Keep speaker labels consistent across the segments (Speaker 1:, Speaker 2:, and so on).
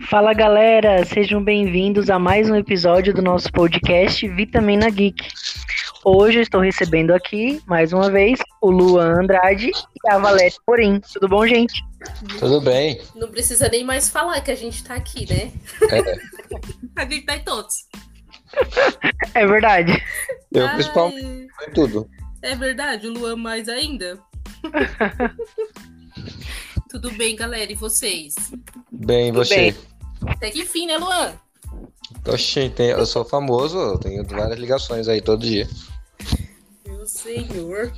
Speaker 1: Fala galera, sejam bem-vindos a mais um episódio do nosso podcast Vitamina Geek. Hoje eu estou recebendo aqui, mais uma vez, o Luan Andrade e a Valéria Morim. Tudo bom, gente?
Speaker 2: Tudo bem.
Speaker 3: Não precisa nem mais falar que a gente tá aqui, né?
Speaker 2: É.
Speaker 3: A gente tá em todos.
Speaker 1: É verdade.
Speaker 2: Eu principalmente em tudo.
Speaker 3: É verdade, o Luan mais ainda. Tudo bem, galera, e vocês?
Speaker 2: Bem, e
Speaker 1: Tudo
Speaker 2: você?
Speaker 1: bem.
Speaker 3: Até que enfim, né, Luan?
Speaker 2: Oxi, eu sou famoso, eu tenho várias ligações aí todo dia.
Speaker 3: Meu senhor.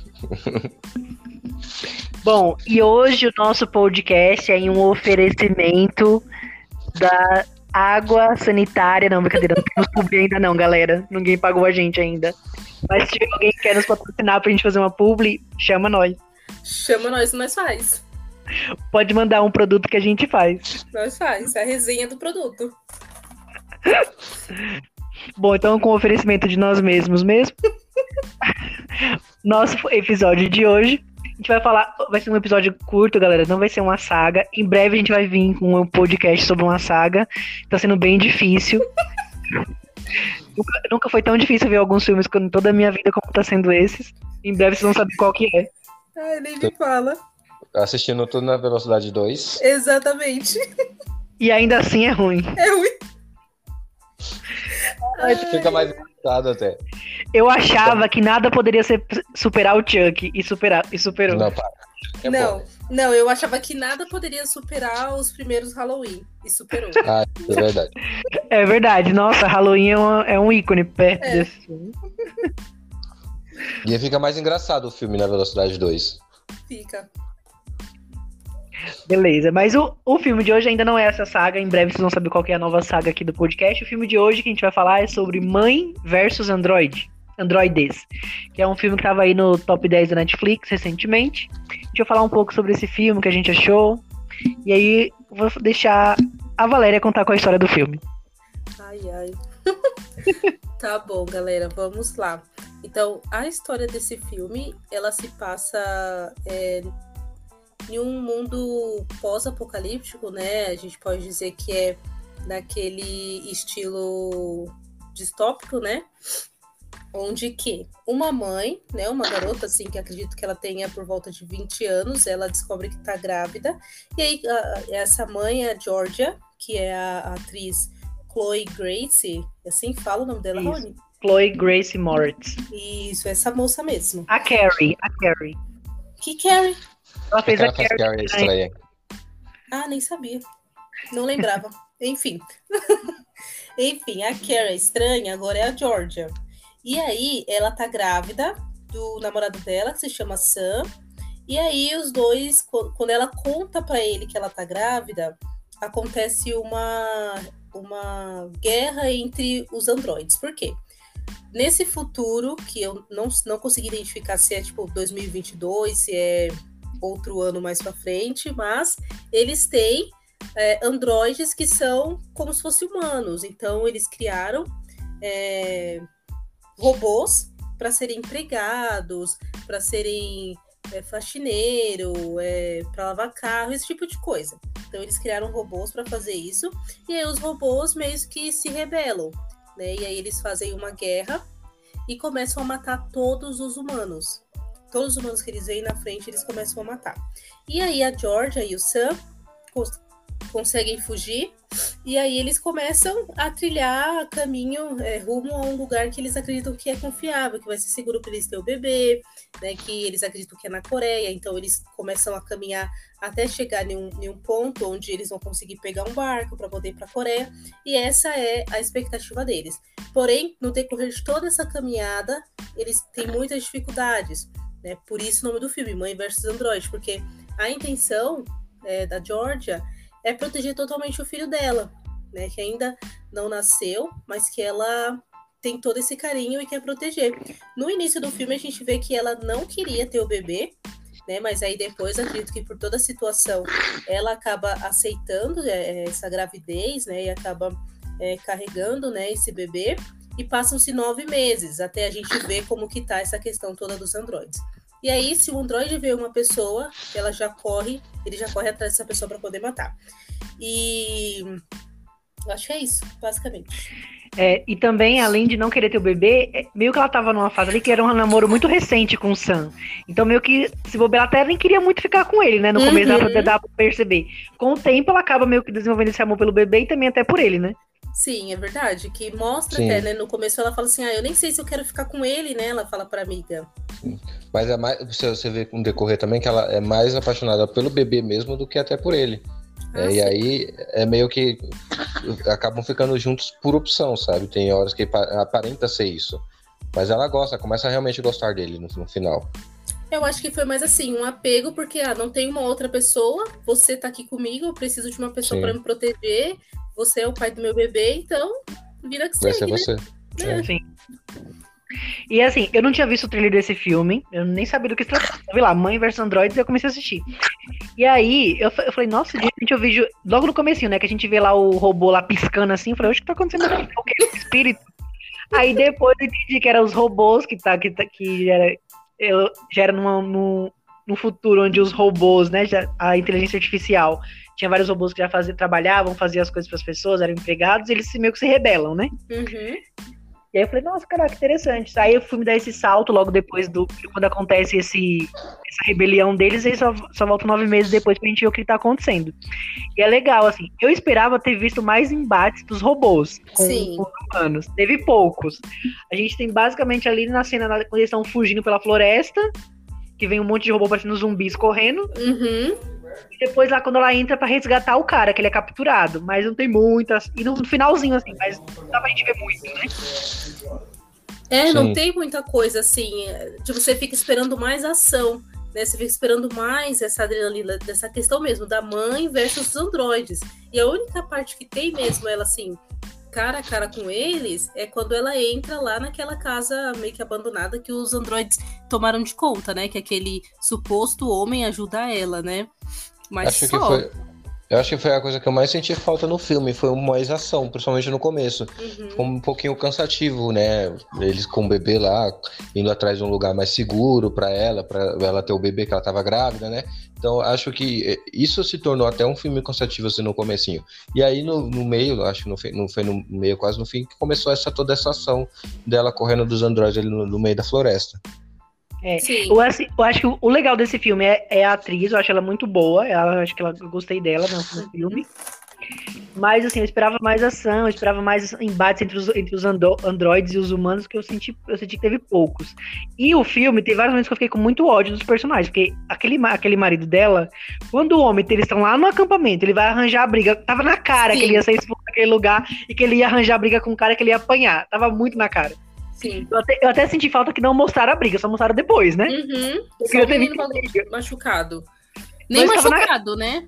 Speaker 1: Bom, e hoje o nosso podcast é em um oferecimento da água sanitária. Não, brincadeira, não temos publi ainda não, galera. Ninguém pagou a gente ainda. Mas se alguém quer nos patrocinar pra gente fazer uma publi, chama nós.
Speaker 3: Chama nós faz.
Speaker 1: Pode mandar um produto que a gente faz.
Speaker 3: Nós faz, é a resenha do produto.
Speaker 1: Bom, então com o oferecimento de nós mesmos mesmo. Nosso episódio de hoje, a gente vai falar, vai ser um episódio curto, galera, não vai ser uma saga. Em breve a gente vai vir com um podcast sobre uma saga. Tá sendo bem difícil. Nunca foi tão difícil ver alguns filmes em toda a minha vida como tá sendo esses. Em breve vocês vão saber qual que é.
Speaker 3: Ai, nem me fala.
Speaker 2: Assistindo tudo na velocidade 2.
Speaker 3: Exatamente.
Speaker 1: E ainda assim é ruim.
Speaker 3: É ruim.
Speaker 2: Fica mais engraçado até.
Speaker 1: Eu achava que nada poderia superar o Chuck e superou.
Speaker 2: Não, para. É bom.
Speaker 3: Não, eu achava que nada poderia superar os primeiros Halloween. E superou.
Speaker 2: Ah, é verdade.
Speaker 1: É verdade, nossa, Halloween é um ícone perto desse filme.
Speaker 2: E fica mais engraçado o filme na velocidade 2.
Speaker 3: Fica.
Speaker 1: Beleza, mas o filme de hoje ainda não é essa saga. Em breve vocês vão saber qual que é a nova saga aqui do podcast. O filme de hoje que a gente vai falar é sobre Mãe versus Androides, que é um filme que tava aí no top 10 da Netflix recentemente. A gente vai falar um pouco sobre esse filme, o que a gente achou. E aí vou deixar a Valéria contar qual é a história do filme.
Speaker 3: Ai. Tá bom, galera, vamos lá. Então, a história desse filme, ela se passa em um mundo pós-apocalíptico, né? A gente pode dizer que é naquele estilo distópico, né? Onde que uma mãe, né, uma garota, assim, que acredito que ela tenha por volta de 20 anos, ela descobre que tá grávida, e aí essa mãe é a Georgia, que é a atriz Chloe Grace, assim fala o nome dela, Rony?
Speaker 1: Chloe Grace Moretz.
Speaker 3: Isso, essa moça mesmo.
Speaker 1: A Carrie.
Speaker 3: Que Carrie?
Speaker 1: Ela fez
Speaker 2: Ela
Speaker 1: a
Speaker 2: faz
Speaker 1: Carrie.
Speaker 2: Carrie estranha.
Speaker 3: Ah, nem sabia. Não lembrava. Enfim. Enfim, a Carrie estranha agora é a Georgia. E aí, ela tá grávida do namorado dela, que se chama Sam. E aí, os dois, quando ela conta pra ele que ela tá grávida, acontece uma guerra entre os androides. Por quê? Nesse futuro, que eu não consegui identificar se é tipo 2022, se é outro ano mais pra frente, mas eles têm androides que são como se fossem humanos. Então, eles criaram robôs para serem empregados, para serem faxineiro, para lavar carro, esse tipo de coisa. Então, eles criaram robôs para fazer isso, e aí os robôs meio que se rebelam, né? E aí eles fazem uma guerra e começam a matar todos os humanos. Todos os humanos que eles veem na frente, eles começam a matar. E aí a Georgia e o Sam conseguem fugir, e aí eles começam a trilhar caminho rumo a um lugar que eles acreditam que é confiável, que vai ser seguro para eles terem o bebê, né, que eles acreditam que é na Coreia. Então eles começam a caminhar até chegar em um ponto onde eles vão conseguir pegar um barco para poder ir para a Coreia, e essa é a expectativa deles. Porém, no decorrer de toda essa caminhada, eles têm muitas dificuldades, né? Por isso o nome do filme, Mãe versus Android, porque a intenção da Georgia é proteger totalmente o filho dela, né, que ainda não nasceu, mas que ela tem todo esse carinho e quer proteger. No início do filme a gente vê que ela não queria ter o bebê, né, mas aí depois acredito que por toda a situação ela acaba aceitando essa gravidez, né, e acaba carregando, né, esse bebê, e passam-se 9 meses até a gente ver como que tá essa questão toda dos androides. E aí, se o androide vê uma pessoa, ele já corre atrás dessa pessoa para poder matar. E Eu acho que é isso, basicamente.
Speaker 1: E também, além de não querer ter o bebê, meio que ela tava numa fase ali que era um namoro muito recente com o Sam. Então, meio que, se bobear, ela até nem queria muito ficar com ele, né? No começo dá pra perceber. Com o tempo, ela acaba meio que desenvolvendo esse amor pelo bebê e também até por ele, né?
Speaker 3: Sim, é verdade. Que mostra
Speaker 2: Sim.
Speaker 3: até, né? No começo ela fala assim, eu nem sei se eu quero ficar com ele, né? Ela fala pra amiga.
Speaker 2: Sim. Mas é mais, você vê com o decorrer também que ela é mais apaixonada pelo bebê mesmo do que até por ele. E aí é meio que acabam ficando juntos por opção, sabe? Tem horas que aparenta ser isso. Mas ela gosta, começa a realmente gostar dele no final.
Speaker 3: Eu acho que foi mais assim, um apego, porque não tem uma outra pessoa, você tá aqui comigo, eu preciso de uma pessoa para me proteger, você é o pai do meu bebê, então vira que
Speaker 2: vai
Speaker 3: segue,
Speaker 2: ser
Speaker 3: né?
Speaker 2: você.
Speaker 1: Sim. E assim, eu não tinha visto o trailer desse filme, eu nem sabia do que se tratava. Eu vi lá, Mãe vs Androids, e eu comecei a assistir. E aí, eu falei, nossa, de repente eu vejo, logo no comecinho, né, que a gente vê lá o robô lá piscando assim, eu falei, o que tá acontecendo aqui? O que? O espírito? Aí depois eu entendi que eram os robôs, que já era no futuro onde os robôs, né, a inteligência artificial, tinha vários robôs que já trabalhavam, faziam as coisas para as pessoas, eram empregados, e eles meio que se rebelam, né?
Speaker 3: Uhum.
Speaker 1: E aí eu falei, nossa, caraca, interessante. Aí eu fui me dar esse salto logo depois quando acontece essa rebelião deles, aí só volta 9 meses depois pra gente ver o que tá acontecendo. E é legal, assim, eu esperava ter visto mais embates dos robôs com os humanos. Teve poucos. A gente tem basicamente ali na cena, quando eles estão fugindo pela floresta, que vem um monte de robô parecendo zumbis correndo.
Speaker 3: Uhum.
Speaker 1: E depois lá quando ela entra pra resgatar o cara, que ele é capturado. Mas não tem muitas. E no finalzinho, assim, mas não dá pra gente ver muito, né?
Speaker 3: Não tem muita coisa, assim. Tipo, você fica esperando mais ação, né? Você fica esperando mais essa adrenalina, dessa questão mesmo, da mãe versus os androides. E a única parte que tem mesmo, ela assim, cara a cara com eles, é quando ela entra lá naquela casa meio que abandonada que os androides tomaram de conta, né? Que aquele suposto homem ajuda ela, né? Mas
Speaker 2: eu acho que foi a coisa que eu mais senti falta no filme, foi mais ação, principalmente no começo. Ficou um pouquinho cansativo, né? Eles com o bebê lá, indo atrás de um lugar mais seguro pra ela ter o bebê, que ela tava grávida, né? Então, acho que isso se tornou até um filme cansativo, assim, no comecinho. E aí, no meio, acho que não foi no meio, quase no fim, que começou toda essa ação dela correndo dos androides ali no meio da floresta.
Speaker 1: Eu acho que o legal desse filme é a atriz, eu acho ela muito boa, eu gostei dela no filme. Mas assim, eu esperava mais ação, eu esperava mais embates entre os androides e os humanos, que eu senti que teve poucos. E o filme, tem vários momentos que eu fiquei com muito ódio dos personagens, porque aquele marido dela, quando o homem, eles estão lá no acampamento, ele vai arranjar a briga, tava na cara que ele ia ser expulso daquele lugar e que ele ia arranjar a briga com o cara, que ele ia apanhar, tava muito na cara.
Speaker 3: Sim.
Speaker 1: Eu até senti falta que não mostraram a briga, só mostraram depois, né?
Speaker 3: Só o menino machucado. Nem machucado, né?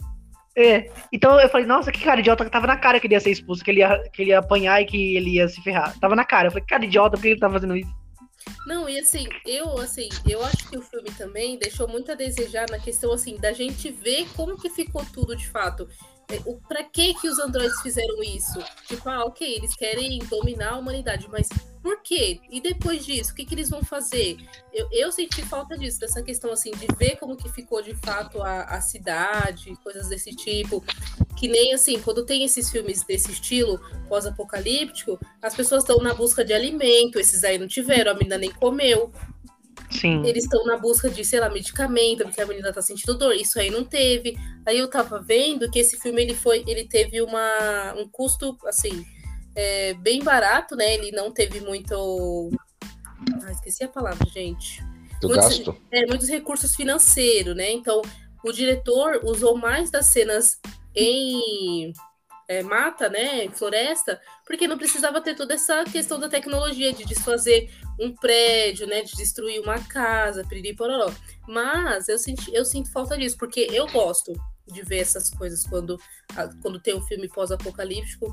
Speaker 1: Então eu falei, nossa, que cara idiota, que tava na cara que ele ia ser expulso, que ele ia apanhar e que ele ia se ferrar. Tava na cara. Eu falei, cara idiota, por que ele tá fazendo isso?
Speaker 3: Não, e assim, eu acho que o filme também deixou muito a desejar na questão, assim, da gente ver como que ficou tudo de fato. Pra que os androides fizeram isso? Tipo, ok, eles querem dominar a humanidade, mas por quê? E depois disso, o que eles vão fazer? Eu senti falta disso, dessa questão, assim, de ver como que ficou de fato a cidade, coisas desse tipo. Que nem, assim, quando tem esses filmes desse estilo, pós-apocalíptico, as pessoas estão na busca de alimento, esses aí não tiveram, a menina nem comeu.
Speaker 1: Sim.
Speaker 3: Eles estão na busca de, sei lá, medicamento, porque a menina tá sentindo dor. Isso aí não teve. Aí eu tava vendo que esse filme, ele teve um custo, assim, bem barato, né? Ele não teve muito... esqueci a palavra, gente.
Speaker 2: Gasto?
Speaker 3: Muitos recursos financeiros, né? Então, o diretor usou mais das cenas em... mata, né, em floresta, porque não precisava ter toda essa questão da tecnologia de desfazer um prédio, né, de destruir uma casa, piriri pororó. Mas eu sinto falta disso, porque eu gosto de ver essas coisas quando tem um filme pós-apocalíptico,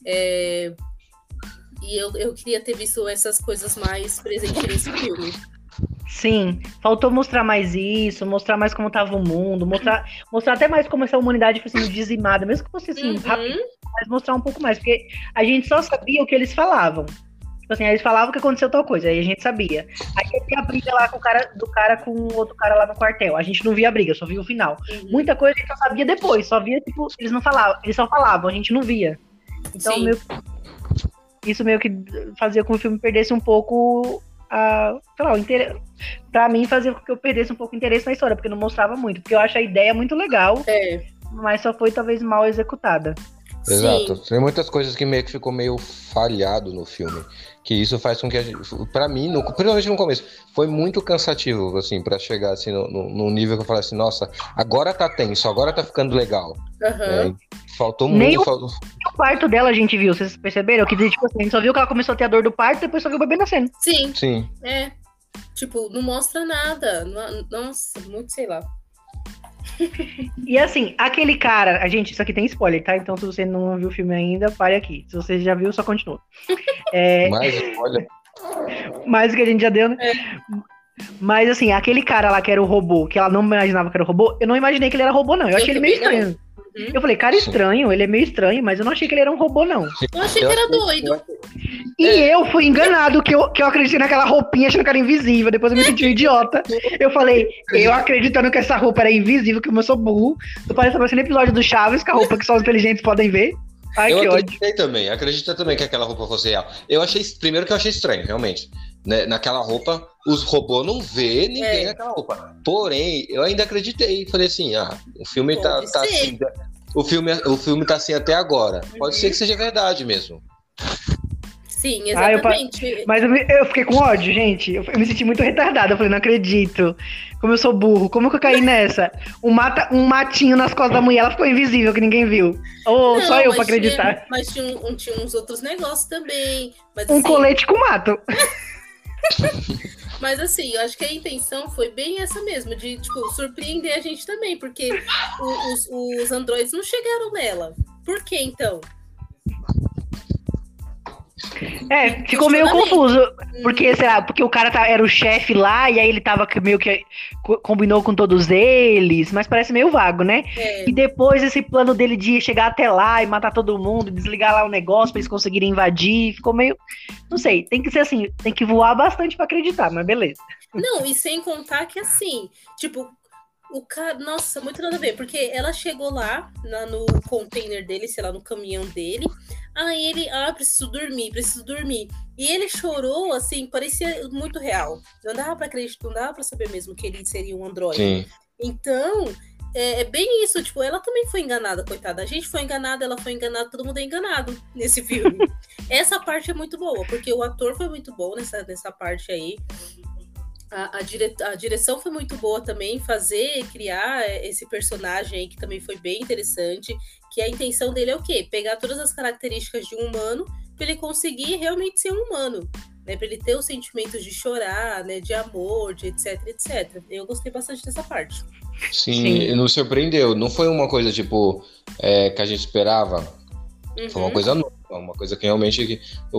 Speaker 3: e eu queria ter visto essas coisas mais presentes nesse filme.
Speaker 1: Sim, faltou mostrar mais isso, mostrar mais como tava o mundo, mostrar até mais como essa humanidade foi sendo dizimada, mesmo que fosse assim, rápido, mas mostrar um pouco mais, porque a gente só sabia o que eles falavam. Tipo assim, eles falavam que aconteceu tal coisa, aí a gente sabia. Aí tinha a briga lá com do cara com o outro cara lá no quartel. A gente não via a briga, só via o final. Muita coisa a gente só sabia depois, só via, tipo, eles não falavam, eles só falavam, a gente não via. Então,
Speaker 3: Sim.
Speaker 1: isso meio que fazia com que o filme perdesse um pouco sei lá, o interesse. Pra mim, fazia com que eu perdesse um pouco o interesse na história, porque não mostrava muito. Porque eu acho a ideia muito legal, mas só foi talvez mal executada.
Speaker 2: Exato.
Speaker 3: Sim.
Speaker 2: Tem muitas coisas que meio que ficou meio falhado no filme. Que isso faz com que a gente, pra mim, principalmente no começo, foi muito cansativo, assim, pra chegar assim num nível que eu falei assim, nossa, agora tá tenso, agora tá ficando legal.
Speaker 3: Aham.
Speaker 2: Faltou
Speaker 1: Nem
Speaker 2: muito.
Speaker 1: o parto dela a gente viu, vocês perceberam? Que tipo assim, a gente só viu que ela começou a ter a dor do parto e depois só viu o bebê nascendo.
Speaker 3: Sim.
Speaker 2: Sim.
Speaker 3: Tipo, não mostra nada. Nossa, muito sei lá.
Speaker 1: E assim, aquele cara, gente, isso aqui tem spoiler, tá? Então se você não viu o filme ainda, pare aqui. Se você já viu, só continua.
Speaker 2: Mas, olha.
Speaker 1: Mais do que a gente já deu, né? Mas assim, aquele cara lá que era o robô, que ela não imaginava que era o robô, eu não imaginei que ele era robô, não. Eu achei ele meio estranho. Eu falei, cara, estranho, ele é meio estranho, mas eu não achei que ele era um robô, não.
Speaker 3: Eu achei que era doido.
Speaker 1: E eu fui enganado, que eu acreditei naquela roupinha achando que era invisível. Depois eu me senti um idiota. Eu falei, eu acreditando que essa roupa era invisível, que eu sou burro. Tô parecendo no episódio do Chaves, com a roupa que só os inteligentes podem ver. Ai,
Speaker 2: eu
Speaker 1: que ódio.
Speaker 2: acreditei também que aquela roupa fosse real. Primeiro que eu achei estranho, realmente. Né? Naquela roupa, os robôs não vê ninguém naquela roupa. Porém, eu ainda acreditei. Falei assim, o filme tá assim. O filme tá assim até agora. Pode ser que seja verdade mesmo.
Speaker 3: Sim, exatamente.
Speaker 1: Mas eu fiquei com ódio, gente. Eu me senti muito retardada. Eu falei, não acredito. Como eu sou burro. Como que eu caí nessa? Um matinho nas costas da mulher, ela ficou invisível, que ninguém viu. Só eu pra acreditar.
Speaker 3: Mas tinha uns outros negócios também. Mas,
Speaker 1: um
Speaker 3: assim,
Speaker 1: colete com mato.
Speaker 3: Mas assim, eu acho que a intenção foi bem essa mesmo, de tipo, surpreender a gente também, porque os androides não chegaram nela. Por que então?
Speaker 1: Ficou meio confuso. Porque, sei lá, porque o cara era o chefe lá, e aí ele tava meio que combinou com todos eles, mas parece meio vago, né? E depois esse plano dele de chegar até lá e matar todo mundo, desligar lá o negócio pra eles conseguirem invadir, ficou meio. Não sei, tem que ser assim, tem que voar bastante pra acreditar, mas beleza.
Speaker 3: Não, e sem contar que assim, tipo, o cara, nossa, muito nada a ver, porque ela chegou lá no container dele, sei lá, no caminhão dele. Aí ele, preciso dormir. E ele chorou, assim, parecia muito real. Não dava pra acreditar, não dava pra saber mesmo que ele seria um androide.
Speaker 2: Sim.
Speaker 3: Então, é bem isso, tipo, ela também foi enganada, coitada. A gente foi enganada, ela foi enganada, todo mundo é enganado nesse filme. Essa parte é muito boa, porque o ator foi muito bom nessa parte aí. A direção foi muito boa também, criar esse personagem aí, que também foi bem interessante, que a intenção dele é o quê? Pegar todas as características de um humano para ele conseguir realmente ser um humano, né? Para ele ter os sentimentos de chorar, né? De amor, de etc, etc. Eu gostei bastante dessa parte.
Speaker 2: Sim. Nos surpreendeu. Não foi uma coisa, tipo, que a gente esperava. Foi uma coisa nova, uma coisa que realmente...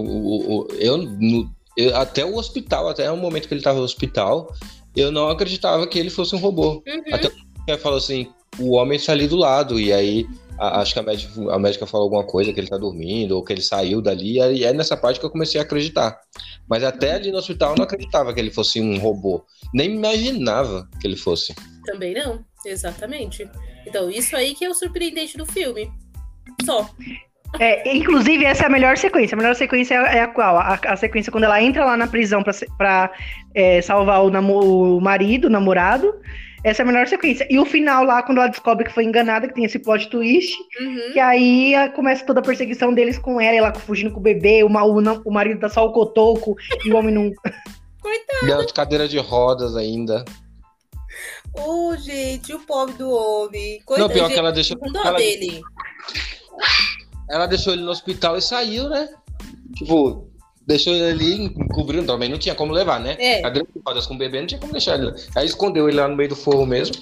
Speaker 2: até o hospital, até o momento que ele estava no hospital, eu não acreditava que ele fosse um robô. Até o que falou assim, o homem está ali do lado, e aí acho que a médica falou alguma coisa, que ele tá dormindo, ou que ele saiu dali, e é nessa parte que eu comecei a acreditar. Mas até ali no hospital eu não acreditava que ele fosse um robô. Nem imaginava que ele fosse.
Speaker 3: Também não, exatamente. Então, isso aí que é o surpreendente do filme. Só.
Speaker 1: Inclusive, essa é a melhor sequência. A melhor sequência é a qual? A sequência quando ela entra lá na prisão pra salvar o marido, o namorado. Essa é a melhor sequência. E o final lá, quando ela descobre que foi enganada, que tem esse plot twist, que aí começa toda a perseguição deles com ela fugindo com o bebê, o marido tá só o cotoco, e o homem não...
Speaker 3: Coitado.
Speaker 2: Deu de cadeira de rodas ainda.
Speaker 3: Gente, o pobre do homem. Coitado,
Speaker 2: não, pior que ela deixou...
Speaker 3: Com dó dele.
Speaker 2: Ela deixou ele no hospital e saiu, né? Tipo, deixou ele ali encobrindo, também não tinha como levar, né? Cadeira de rodas com o bebê, não tinha como deixar ele. Aí escondeu ele lá no meio do forro mesmo.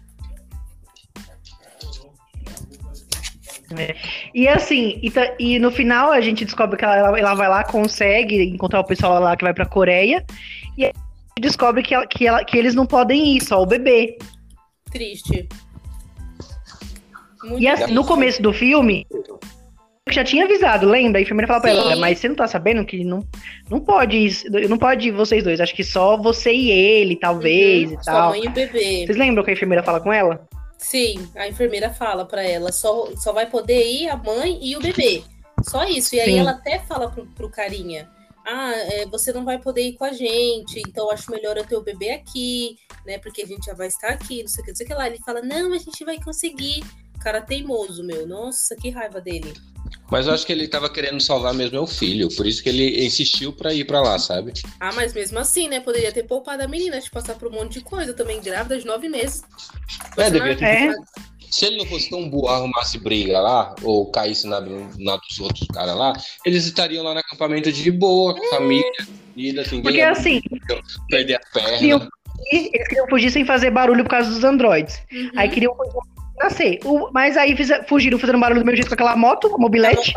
Speaker 1: E assim, e no final a gente descobre que ela vai lá, consegue encontrar o pessoal lá que vai pra Coreia, e a gente descobre que eles não podem ir, só o bebê.
Speaker 3: Triste.
Speaker 1: Muito e assim, no começo do filme, eu já tinha avisado, lembra? A enfermeira falou pra ela, mas você não tá sabendo que não pode ir vocês dois, acho que só você e ele, talvez, e tal.
Speaker 3: Sua mãe e o bebê.
Speaker 1: Vocês lembram que a enfermeira fala com ela?
Speaker 3: Sim, a enfermeira fala pra ela, só vai poder ir a mãe e o bebê. Só isso. E aí
Speaker 1: Sim.
Speaker 3: ela até fala pro carinha, você não vai poder ir com a gente, então acho melhor eu ter o bebê aqui, né? Porque a gente já vai estar aqui, não sei o que, não sei o que lá. Ele fala, não, a gente vai conseguir. Cara teimoso, meu. Nossa, que raiva dele.
Speaker 2: Mas eu acho que ele tava querendo salvar mesmo o filho, por isso que ele insistiu pra ir pra lá, sabe?
Speaker 3: Mas mesmo assim, né? Poderia ter poupado a menina de passar por um monte de coisa também, grávida de 9 meses.
Speaker 2: Devia ter.
Speaker 1: É.
Speaker 2: Se ele não fosse tão burro, arrumasse briga lá, ou caísse na dos outros caras lá, eles estariam lá no acampamento de boa, com a família, vida, assim.
Speaker 1: Porque assim,
Speaker 2: perder a perna.
Speaker 1: eles queriam fugir sem fazer barulho por causa dos androides.
Speaker 3: Uhum.
Speaker 1: Aí queriam nascer. Mas aí fugiram fazendo barulho do mesmo jeito com aquela moto, a mobilete.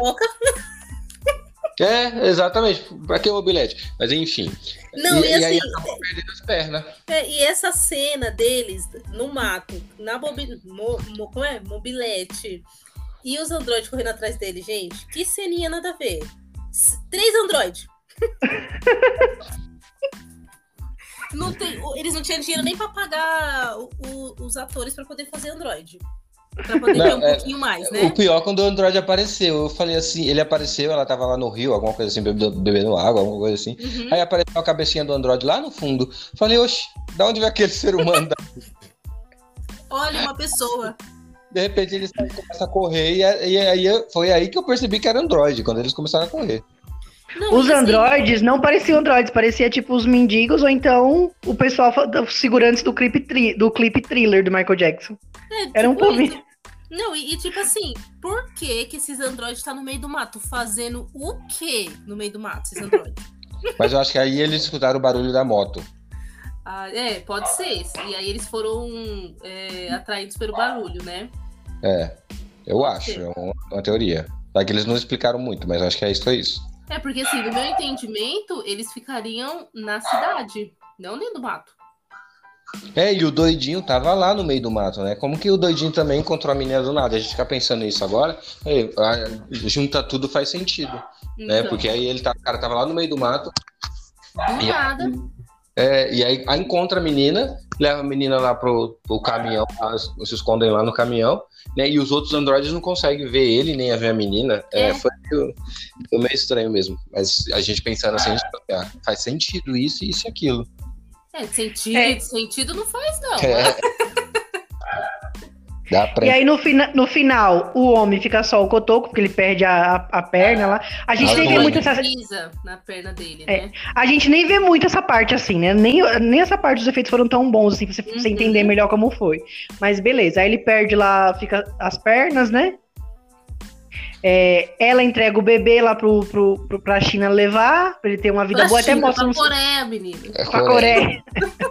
Speaker 2: Exatamente. Pra que mobilete? Mas enfim.
Speaker 3: Não, e assim,
Speaker 2: aí acabou perdendo as pernas.
Speaker 3: E essa cena deles no mato, na mobilete, e os androides correndo atrás dele, gente, que ceninha nada a ver. 3 androides. Eles não tinham dinheiro nem pra pagar os atores pra poder fazer android. Pra poder ver um pouquinho mais, né?
Speaker 2: O pior, quando o Android apareceu, eu falei assim, ele apareceu, ela tava lá no rio, alguma coisa assim, bebendo água, alguma coisa assim.
Speaker 3: Uhum.
Speaker 2: Aí apareceu a cabecinha do Android lá no fundo. Falei, oxe, da onde veio aquele ser humano?
Speaker 3: Olha, uma pessoa.
Speaker 2: De repente eles começam a correr, e aí foi aí que eu percebi que era Android, quando eles começaram a correr.
Speaker 1: Não, os androides não pareciam androides, parecia tipo os mendigos ou então o pessoal, os segurantes do clipe Thriller do Michael Jackson. Era um povo.
Speaker 3: Não, e tipo assim, por que esses androides estão no meio do mato? Fazendo o quê no meio do mato, esses androides?
Speaker 2: Mas eu acho que aí eles escutaram o barulho da moto.
Speaker 3: Pode ser. E aí eles foram atraídos pelo barulho, né?
Speaker 2: Eu acho, é uma teoria. Só que eles não explicaram muito, mas acho que foi isso.
Speaker 3: Porque assim, no meu entendimento, eles ficariam na cidade, não dentro do mato.
Speaker 2: E o doidinho tava lá no meio do mato, né? Como que o doidinho também encontrou a menina do nada? A gente fica pensando nisso agora, junta tudo, faz sentido, né? Porque aí o cara tava lá no meio do mato.
Speaker 3: Do nada.
Speaker 2: E aí encontra a menina, leva a menina lá pro caminhão, se escondem lá no caminhão, né? E os outros androides não conseguem ver ele, nem a ver a menina. Foi meio estranho mesmo. Mas a gente pensando assim, faz sentido isso e aquilo.
Speaker 3: Sentido não faz, não.
Speaker 1: E aí no final, o homem fica só o cotoco, porque ele perde a perna lá. A gente nem vê muito essa.
Speaker 3: Na perna dele, né?
Speaker 1: A gente nem vê muito essa parte assim, né? Nem essa parte dos efeitos foram tão bons assim, pra você entender melhor como foi. Mas beleza, aí ele perde lá, fica as pernas, né? Ela entrega o bebê lá pra China levar, pra ele ter uma vida boa. Até mostra
Speaker 3: pra Coreia, menino.
Speaker 1: Pra Coreia.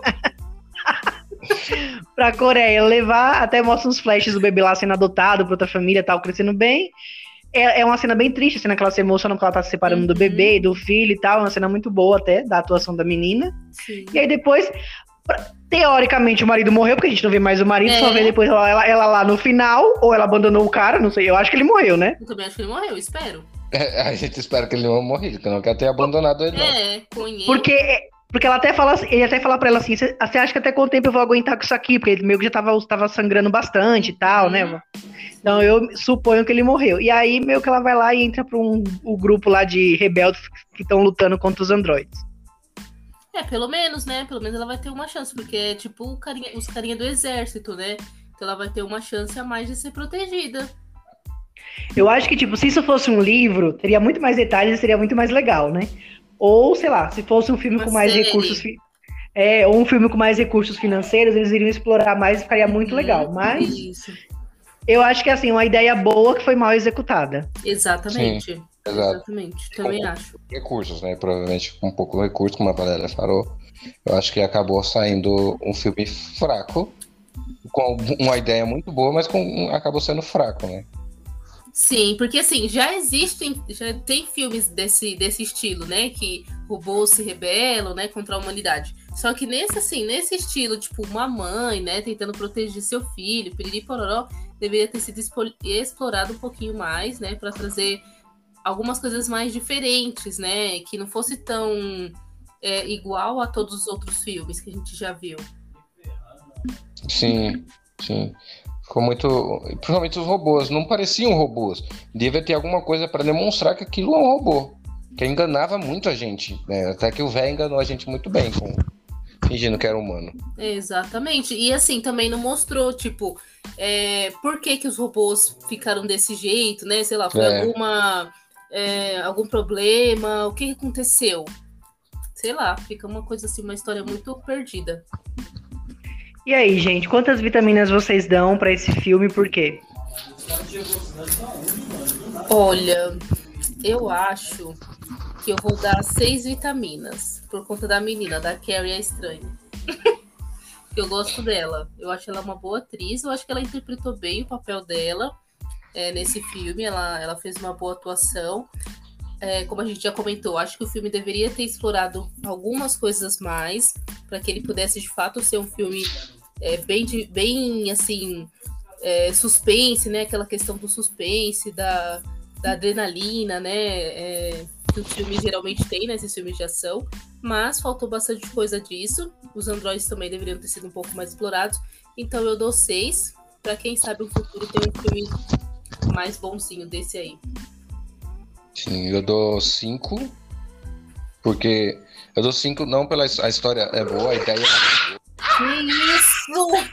Speaker 1: Pra Coreia levar, até mostra uns flashes do bebê lá sendo adotado pra outra família, tal, crescendo bem. É uma cena bem triste, a cena que ela se emociona porque ela tá se separando do bebê e do filho e tal. É uma cena muito boa até, da atuação da menina.
Speaker 3: Sim.
Speaker 1: E aí depois, teoricamente, o marido morreu, porque a gente não vê mais o marido, só vê depois ela lá no final, ou ela abandonou o cara, não sei. Eu acho que ele morreu, né?
Speaker 3: Eu também acho que ele morreu, espero.
Speaker 2: A gente espera que ele não morra, porque não quer ter abandonado ele.
Speaker 3: Conheço.
Speaker 1: Porque ela até fala, ele até fala pra ela assim, você acha que até quanto tempo eu vou aguentar com isso aqui? Porque ele meio que já tava sangrando bastante e tal, né? Então eu suponho que ele morreu. E aí meio que ela vai lá e entra pra o grupo lá de rebeldes que estão lutando contra os androides.
Speaker 3: Pelo menos, né? Pelo menos ela vai ter uma chance, porque é tipo os carinha do exército, né? Então ela vai ter uma chance a mais de ser protegida.
Speaker 1: Eu acho que, tipo, se isso fosse um livro, teria muito mais detalhes e seria muito mais legal, né? Ou, sei lá, se fosse um filme com mais recursos... ou um filme com mais recursos financeiros, eles iriam explorar mais e ficaria muito legal. Mas eu acho que, assim, uma ideia boa que foi mal executada.
Speaker 3: Exatamente.
Speaker 2: Sim, exato.
Speaker 3: Exatamente. Também acho.
Speaker 2: Recursos, né? Provavelmente com um pouco de recurso, como a Valéria falou. Eu acho que acabou saindo um filme fraco, com uma ideia muito boa, mas acabou sendo fraco, né?
Speaker 3: Sim, porque assim, já tem filmes desse estilo, né? Que robôs se rebelam, né, contra a humanidade. Só que nesse estilo, tipo, uma mãe, né, tentando proteger seu filho, piriri pororó, deveria ter sido explorado um pouquinho mais, né, para trazer algumas coisas mais diferentes, né, que não fosse tão igual a todos os outros filmes que a gente já viu.
Speaker 2: Sim, sim. Ficou muito. Principalmente os robôs. Não pareciam robôs. Devia ter alguma coisa para demonstrar que aquilo é um robô. Que enganava muito a gente, né? Até que o velho enganou a gente muito bem, fingindo que era humano.
Speaker 3: Exatamente. E assim, também não mostrou, tipo, por que os robôs ficaram desse jeito, né? Sei lá, foi algum problema? O que aconteceu? Sei lá, fica uma coisa assim, uma história muito perdida.
Speaker 1: E aí, gente, quantas vitaminas vocês dão pra esse filme e por quê?
Speaker 3: Olha, eu acho que eu vou dar 6 vitaminas, por conta da menina, da Carrie a Estranha. Eu gosto dela. Eu acho ela uma boa atriz, eu acho que ela interpretou bem o papel dela nesse filme, ela fez uma boa atuação. Como a gente já comentou, acho que o filme deveria ter explorado algumas coisas mais, para que ele pudesse de fato ser um filme bem assim, suspense, né? Aquela questão do suspense, da adrenalina, né? Que os filmes geralmente têm, né? Esses filmes de ação, mas faltou bastante coisa disso. Os androides também deveriam ter sido um pouco mais explorados, então eu dou 6, para quem sabe no futuro ter um filme mais bonzinho desse aí.
Speaker 2: Sim, eu dou 5, porque eu dou 5 não pela a história é boa, a ideia
Speaker 3: Que isso?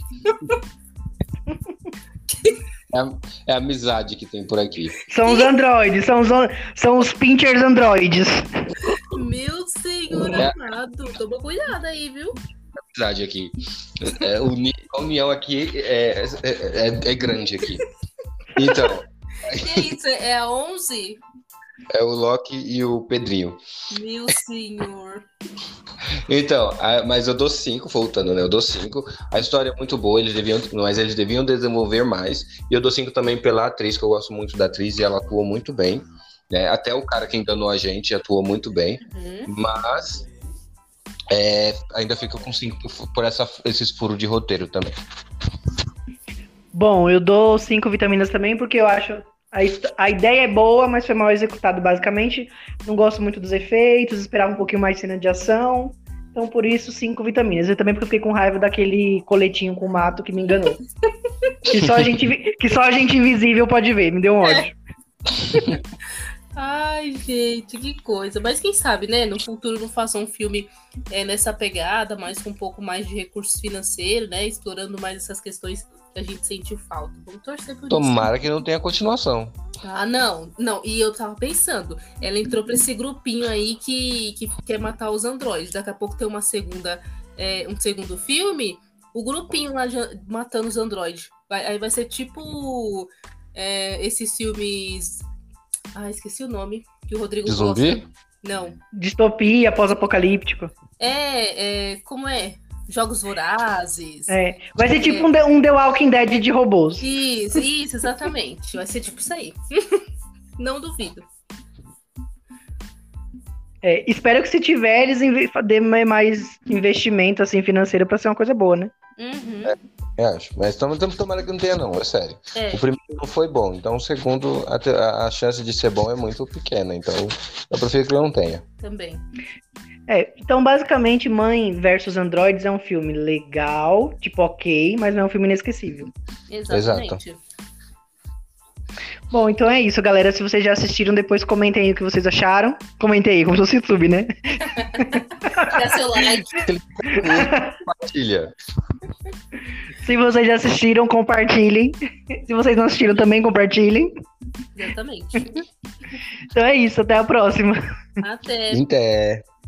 Speaker 2: é a amizade que tem por aqui.
Speaker 1: São os androides, são os pinchers androides.
Speaker 3: Meu senhor amado, toma cuidado aí, viu?
Speaker 2: A amizade aqui. A união aqui é grande aqui. Então.
Speaker 3: Que isso? É a 11?
Speaker 2: É o Loki e o Pedrinho.
Speaker 3: Meu senhor.
Speaker 2: Então, mas eu dou 5, voltando, né? Eu dou 5. A história é muito boa, mas eles deviam desenvolver mais. E eu dou 5 também pela atriz, que eu gosto muito da atriz e ela atuou muito bem. Né? Até o cara que enganou a gente atuou muito bem. Mas ainda fica com 5 por esses furos de roteiro também.
Speaker 1: Bom, eu dou 5 vitaminas também, porque eu acho a ideia é boa, mas foi mal executado basicamente. Não gosto muito dos efeitos, esperava um pouquinho mais de cena de ação. Então, por isso, 5 vitaminas. Eu também fiquei com raiva daquele coletinho com mato que me enganou. que só a gente invisível pode ver, me deu um ódio.
Speaker 3: Ai, gente, que coisa. Mas quem sabe, né? No futuro não façam um filme nessa pegada, mas com um pouco mais de recursos financeiros, né? Explorando mais essas questões que a gente sentiu falta. Vamos torcer por isso.
Speaker 2: Tomara que não tenha continuação.
Speaker 3: Ah, não. E eu tava pensando, ela entrou pra esse grupinho aí que quer matar os androides. Daqui a pouco tem um segundo filme, o grupinho lá matando os androides. Aí vai ser tipo esses filmes... Ah, esqueci o nome, que o Rodrigo
Speaker 2: de zumbi?
Speaker 3: gosta. Não.
Speaker 1: Distopia, pós-apocalíptico.
Speaker 3: Como é? Jogos Vorazes.
Speaker 1: Vai ser tipo um The Walking Dead de robôs.
Speaker 3: Isso, exatamente. Vai ser tipo isso aí. Não duvido.
Speaker 1: Espero que se tiver, eles dê mais investimento assim, financeiro pra ser uma coisa boa, né?
Speaker 3: Uhum.
Speaker 2: Acho. Mas tomara que não tenha, não, é sério. O primeiro não foi bom, então o segundo, a chance de ser bom é muito pequena. Então eu prefiro que não tenha.
Speaker 3: Também.
Speaker 1: Então, basicamente, Mãe versus Androides é um filme legal, tipo ok, mas não é um filme inesquecível.
Speaker 3: Exatamente. Exato.
Speaker 1: Bom, então é isso, galera. Se vocês já assistiram, depois comentem aí o que vocês acharam. Comentem aí, como se fosse YouTube, né?
Speaker 3: Dá seu like.
Speaker 2: Compartilha.
Speaker 1: Se vocês já assistiram, compartilhem. Se vocês não assistiram, também compartilhem.
Speaker 3: Exatamente.
Speaker 1: Então é isso, até a próxima.
Speaker 3: Até.
Speaker 2: Até.